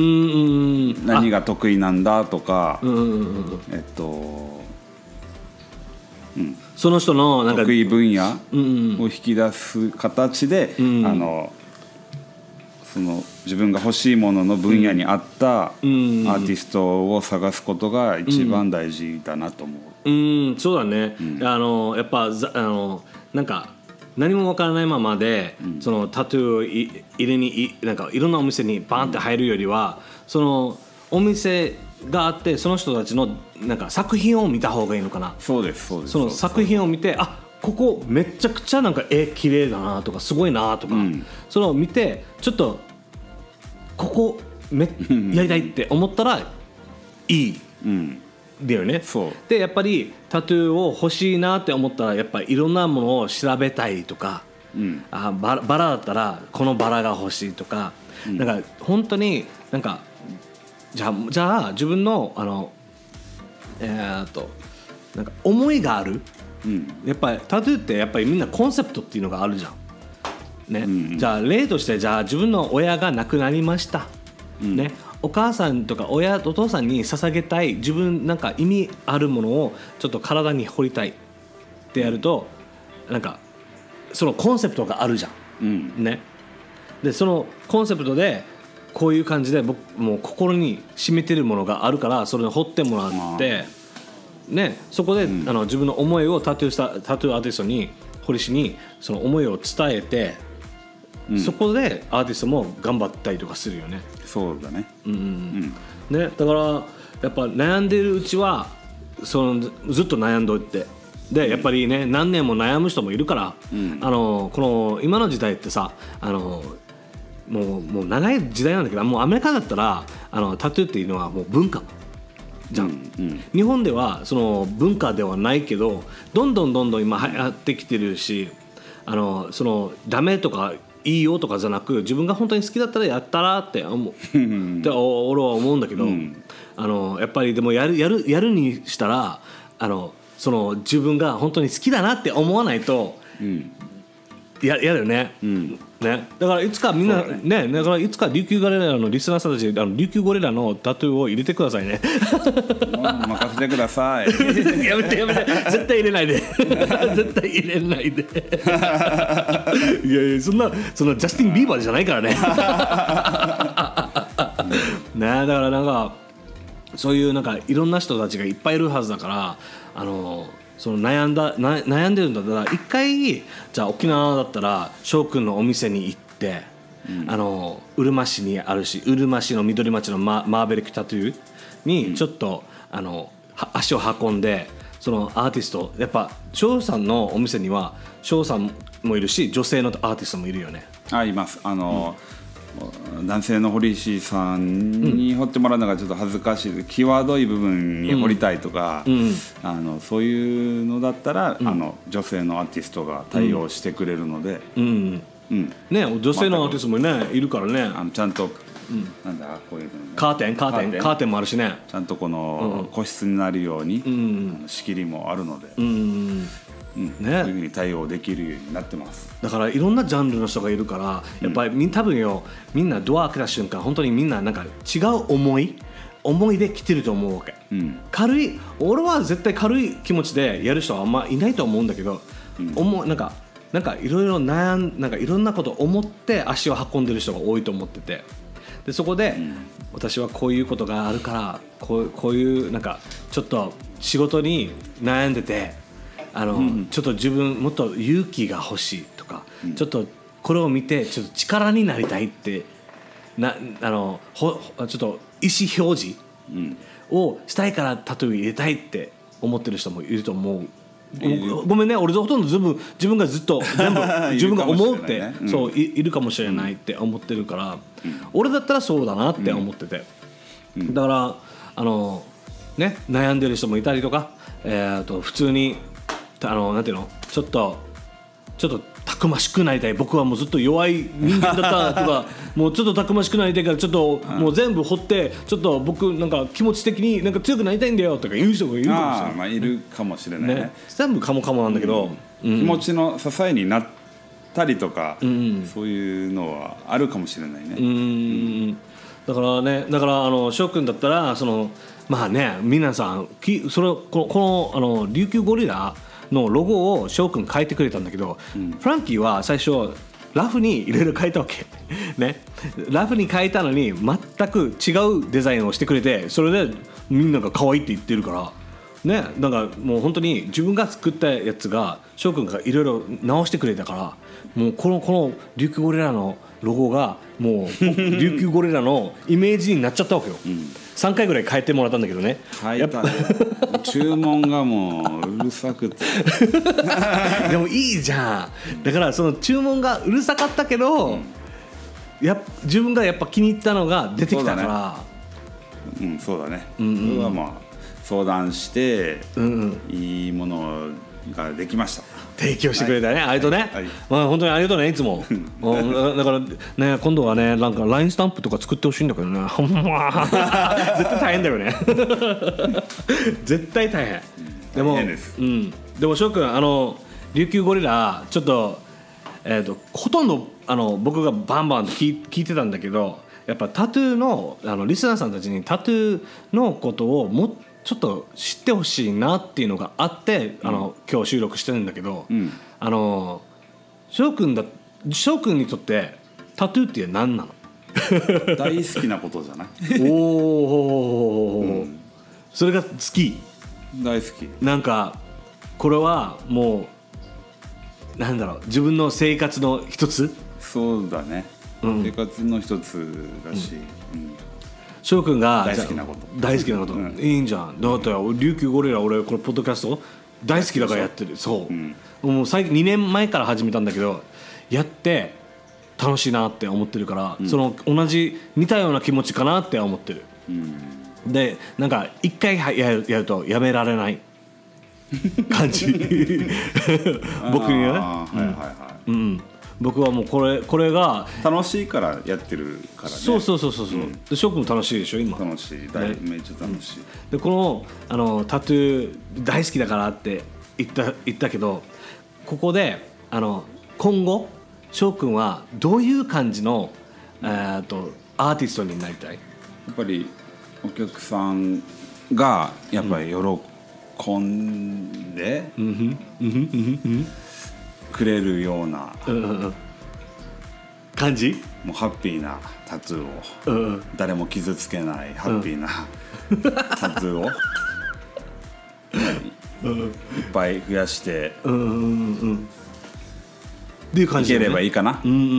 何が得意なんだとか、うんうんうん、えっと、 うん、その人のなんか得意分野を引き出す形で、うん、あのその自分が欲しいものの分野に合ったアーティストを探すことが一番大事だなと思う。 うん、うん、そうだね、うん、あのやっぱあのなんか何も分からないままで、うん、そのタトゥーをい入れにいなんかいろんなお店にバーンって入るよりは、うん、そのお店があってその人たちのなんか作品を見た方がいいのかな。 そうですそうです。 その作品を見て、あ、ここめちゃくちゃなんか絵綺麗だなとかすごいなとか、うん、そのを見てちょっとここめやりたいって思ったらいい、うん、だよね。そうでやっぱりタトゥーを欲しいなって思ったらやっぱりいろんなものを調べたいとか、うん、あバラ、バラだったらこのバラが欲しいとか、うん、なんか本当になんかじゃあ、じゃあ自分のあのえー、っとなんか思いがある、うん、やっぱりタトゥーってやっぱりみんなコンセプトっていうのがあるじゃんね、うんうん、じゃあ例としてじゃあ自分の親が亡くなりました、うんね、お母さんとか親お父さんに捧げたい自分なんか意味あるものをちょっと体に彫りたいってやるとなんかそのコンセプトがあるじゃん、うんね、でそのコンセプトでこういう感じで僕もう心に染めてるものがあるからそれを彫ってもらって、ね、そこで、うん、あの自分の思いをタトゥーしたタトゥーアーティストに堀氏にその思いを伝えて、うん、そこでアーティストも頑張ったりとかするよね。 そうだね、 うんうんうん、ね、だからやっぱ悩んでるうちはそのずっと悩んどいてでやっぱりね何年も悩む人もいるから、うん、あのこの今の時代ってさあのもう、もう長い時代なんだけどもうアメリカだったらあのタトゥーっていうのはもう文化じゃん、うんうん、日本ではその文化ではないけどどんどんどんどん今流行ってきてるしあのそのダメとかいいよとかじゃなく自分が本当に好きだったらやったらって思うって俺は思うんだけど、うん、あのやっぱりでもやるやるやるにしたらあのその自分が本当に好きだなって思わないと、うん、や, やるよね、うんね、だからいつかみんな ね, ねだからいつか琉球ゴリラのリスナーさんたちあの琉球ゴリラのタトゥーを入れてくださいね任せてくださいやめてやめて絶対入れないで絶対入れないでいやいやそんなそのジャスティン・ビーバーじゃないからねねだからなんかそういうなんかいろんな人たちがいっぱいいるはずだからあのその悩んだな悩んでるんだったら一回じゃあ沖縄だったら翔くんのお店に行って、うん、あのうるま市にあるしうるま市の緑町の マ, マーベリックタトゥーにちょっと、うん、あの足を運んでそのアーティストやっぱ翔さんのお店には翔さんもいるし女性のアーティストもいるよね。 あいますあの、うん、男性の堀石さんに彫ってもらうのがちょっと恥ずかしい、うん、際どい部分に彫りたいとか、うん、あのそういうのだったら、うん、あの女性のアーティストが対応してくれるので、うんうんうんね、女性のアーティストもねいるからねあのちゃんと、うん、なんだこういうの、ね、 カーテンカーテンカーテンカーテンもあるしねちゃんとこの個室になるように、うん、あの仕切りもあるので、うんうんね、そういうふうに対応できるようになってます。 だからいろんなジャンルの人がいるからやっぱり、うん、多分よみんなドア開けた瞬間本当にみんななんか違う思い思いで来てると思うわけ、うん、軽い俺は絶対軽い気持ちでやる人はあんまいないと思うんだけど、うん、思うなんかなんかいろいろ悩んなんかいろんなこと思って足を運んでる人が多いと思っててでそこで、うん、私はこういうことがあるからこう、こういうなんかちょっと仕事に悩んでてあの、うん、ちょっと自分もっと勇気が欲しいとか、うん、ちょっとこれを見てちょっと力になりたいってなあのほちょっと意思表示をしたいからタトゥー入れたいって思ってる人もいると思う。ごめんね俺ほとんど全部自分がずっと全部自分が思うって、ねうん、そう い, いるかもしれないって思ってるから、うん、俺だったらそうだなって思ってて、うん、だからあの、ね、悩んでる人もいたりとか、えー、と普通にあのなんていうのちょっとちょっとたくましくなりたい僕はもうずっと弱い人間だったとかもうちょっとたくましくなりたいからちょっともう全部掘ってちょっと僕なんか気持ち的になんか強くなりたいんだよとか言う人がいるかもしれない。 あ、まあ、いるかもしれないね、ね全部かもかもなんだけど、 うんうん、気持ちの支えになったりとか、うん、そういうのはあるかもしれないね。うん、うん、 だからねだからあの翔くんだったらそのまあね皆さんきそれこのこのあの琉球ゴリラのロゴを翔くん書いてくれたんだけど、うん、フランキーは最初ラフにいろいろ書いたわけねラフに書いたのに全く違うデザインをしてくれてそれでみんなが可愛いって言ってるからねなんかもう本当に自分が作ったやつが翔くんがいろいろ直してくれたからもうこのこの琉球ゴリラのロゴがもう琉球ゴリラのイメージになっちゃったわけよ、うん、さんかいぐらい変えてもらったんだけどね変えたね注文がもううるさくてでもいいじゃんだからその注文がうるさかったけど、うん、や自分がやっぱ気に入ったのが出てきたからそうだね、うん、そうだね、うんうん、それはまあ相談して、うんうん、いいものができました提供してくれたね、はい、ありがとうね、はいまあ、本当にありがとうねいつもだからね今度はねなんか ライン スタンプとか作ってほしいんだけどねほんま絶対大変だよね絶対大変でも大変です、 うん、でも翔くんあの琉球ゴリラちょっと、えーと、ほとんどあの僕がバンバンと 聞, 聞いてたんだけどやっぱタトゥー の, あのリスナーさんたちにタトゥーのことをもっとちょっと知ってほしいなっていうのがあって、うん、あの今日収録してるんだけど、うん、あの翔くんだ翔くんにとってタトゥーって何なの？ 大好きなことじゃないおお、うん、それが好き。 大好き。 なんかこれはもうなんだろう、自分の生活の一つ。 そうだね、うん、生活の一つだし、うんうん、 翔くんが大好きなこと大好きなこと、うん、いいんじゃん。だって琉球ゴリラ、俺これポッドキャスト大好きだからやってる。そう、うん、もう最近にねんまえから始めたんだけど、やって楽しいなって思ってるから、うん、その同じ似たような気持ちかなって思ってる、うん、でなんか一回やる、やるとやめられない感じ僕にはね、はいはいはい、うん、僕はもうこれこれが楽しいからやってるからね。 そうそうそうそうそう、うん、で翔くんも楽しいでしょ今。 楽しい、大、ね、めっちゃ楽しい、 でこのあのタトゥー大好きだからって言った言ったけど、ここであの今後翔くんはどういう感じの、えー、とアーティストになりたい？ やっぱりお客さんがやっぱり喜んでくれるような感じ？ もうハッピーなタトゥーを、うん、誰も傷つけないハッピーな、うん、タトゥーをいっぱい増やして、うんうんうんっていう感じ、ね、 いければいいかな。 うんうん、うん、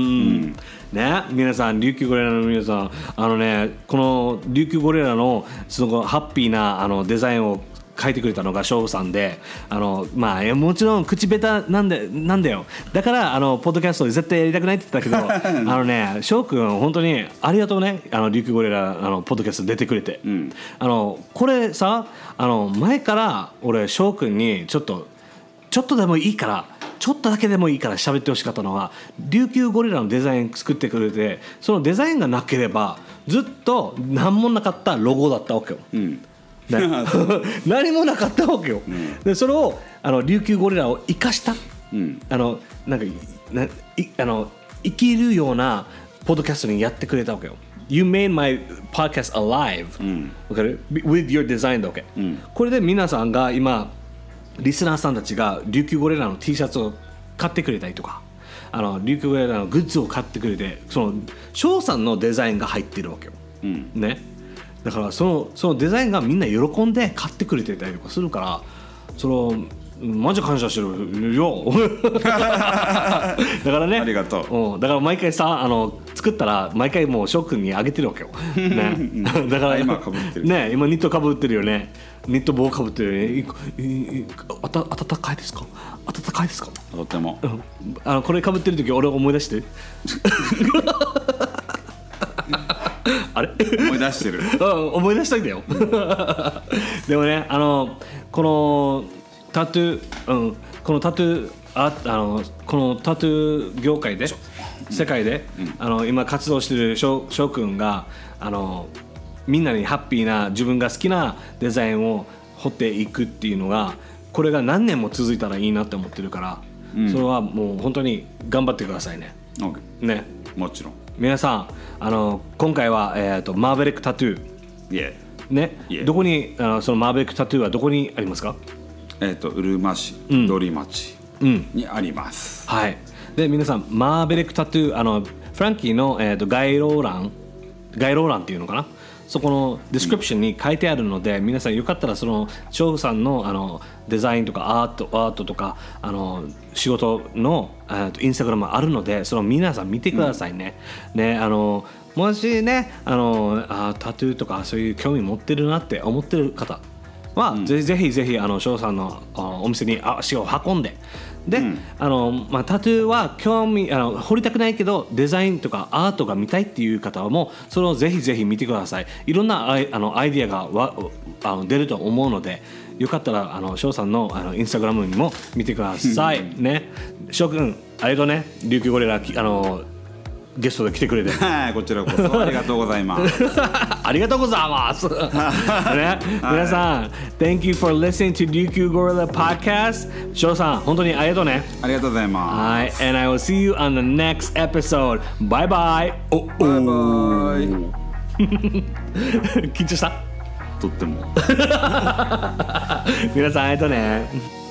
ね、皆さん琉球ゴリラの皆さん、あのね、この琉球ゴリラのそのハッピーなあのデザインを書いてくれたのが翔さんで、あのまあもちろん口下手なんでなんだよ。だからあのポッドキャストで絶対やりたくないって言ったけど、あのね、翔くん本当にありがとうね。あの琉球ゴリラあのポッドキャスト出てくれて、うん、あのこれさ、あの前から俺翔くんにちょっとちょっとでもいいから。ちょっとだけでもいいから喋ってほしかったのは、琉球ゴリラのデザイン作ってくれて、そのデザインがなければずっと何もなかったロゴだったわけよ、うん、ね、何もなかったわけよ、うん、でそれをあの琉球ゴリラを生かした、うん、あのなんかないあの生きるようなポッドキャストにやってくれたわけよ。 You made my podcast alive、うん、okay? With your design だわけ、うん、これで皆さんが今リスナーさんたちが琉球ゴリラの T シャツを買ってくれたりとか、あの琉球ゴリラのグッズを買ってくれて、その翔さんのデザインが入ってるわけよ、うん、ね、だからそのそのデザインがみんな喜んで買ってくれてたりとかするから、そのマジ感謝してるよだからね、 ありがとう、 うん、だから毎回さ、あの作ったら毎回もう翔くんにあげてるわけよ、ね、だから今かぶってるね、今ニットかぶってるよね、ニット帽かぶってるよね。あた暖かいですか？暖かいですか？ とても、うん、 あのこれかぶってる時俺思い出してあれ思い出してるうん、思い出したんだよでもね、あのこのタトゥー、うん、このタトゥーああのこのタトゥー業界で世界で、うん、あの今活動してる翔くんがあのみんなにハッピーな自分が好きなデザインを彫っていくっていうのが、これが何年も続いたらいいなって思ってるから、うん、それはもう本当に頑張ってくださいね。 OK、 ね、 もちろん皆さん、あの今回は、えーと、マーベリックタトゥー、 yeah. ね、yeah. どこにあのそのマーベリックタトゥーはどこにありますか？ えーと、うるま市、うん、鳥町にあります、 うん、はい。で皆さん、マーベリックタトゥー、あのフランキーの、えーと、概要欄概要欄っていうのかな、そこのディスクリプションに書いてあるので、うん、皆さんよかったらその翔さんのあのデザインとかアートアートとかあの仕事のインスタグラムあるので、その皆さん見てくださいね。うん、ね、あのもしね、あのあタトゥーとかそういう興味持ってるなって思ってる方は、うん、ぜひぜひぜひあの翔さんのお店に足を運んで。で、うん、あのまあ、タトゥーは興味あの彫りたくないけどデザインとかアートが見たいっていう方はもうそれをぜひぜひ見てください。いろんなアイ、あのアイディアがわあの出ると思うので、よかったらあの翔さんのあのインスタグラムにも見てくださいね。翔くんありがとうね、琉球ゴリラあのゲストで来てくれてこちらこそありがとうございますありがとうございますね、皆さん Thank you for listening to 琉球ゴリラ Podcast。 翔さん本当にありがとうね。 ありがとうございます。 はい、 And I will see you on the next episode. Bye bye。 おバイバイ緊張した？ とっても皆さんありがとうね。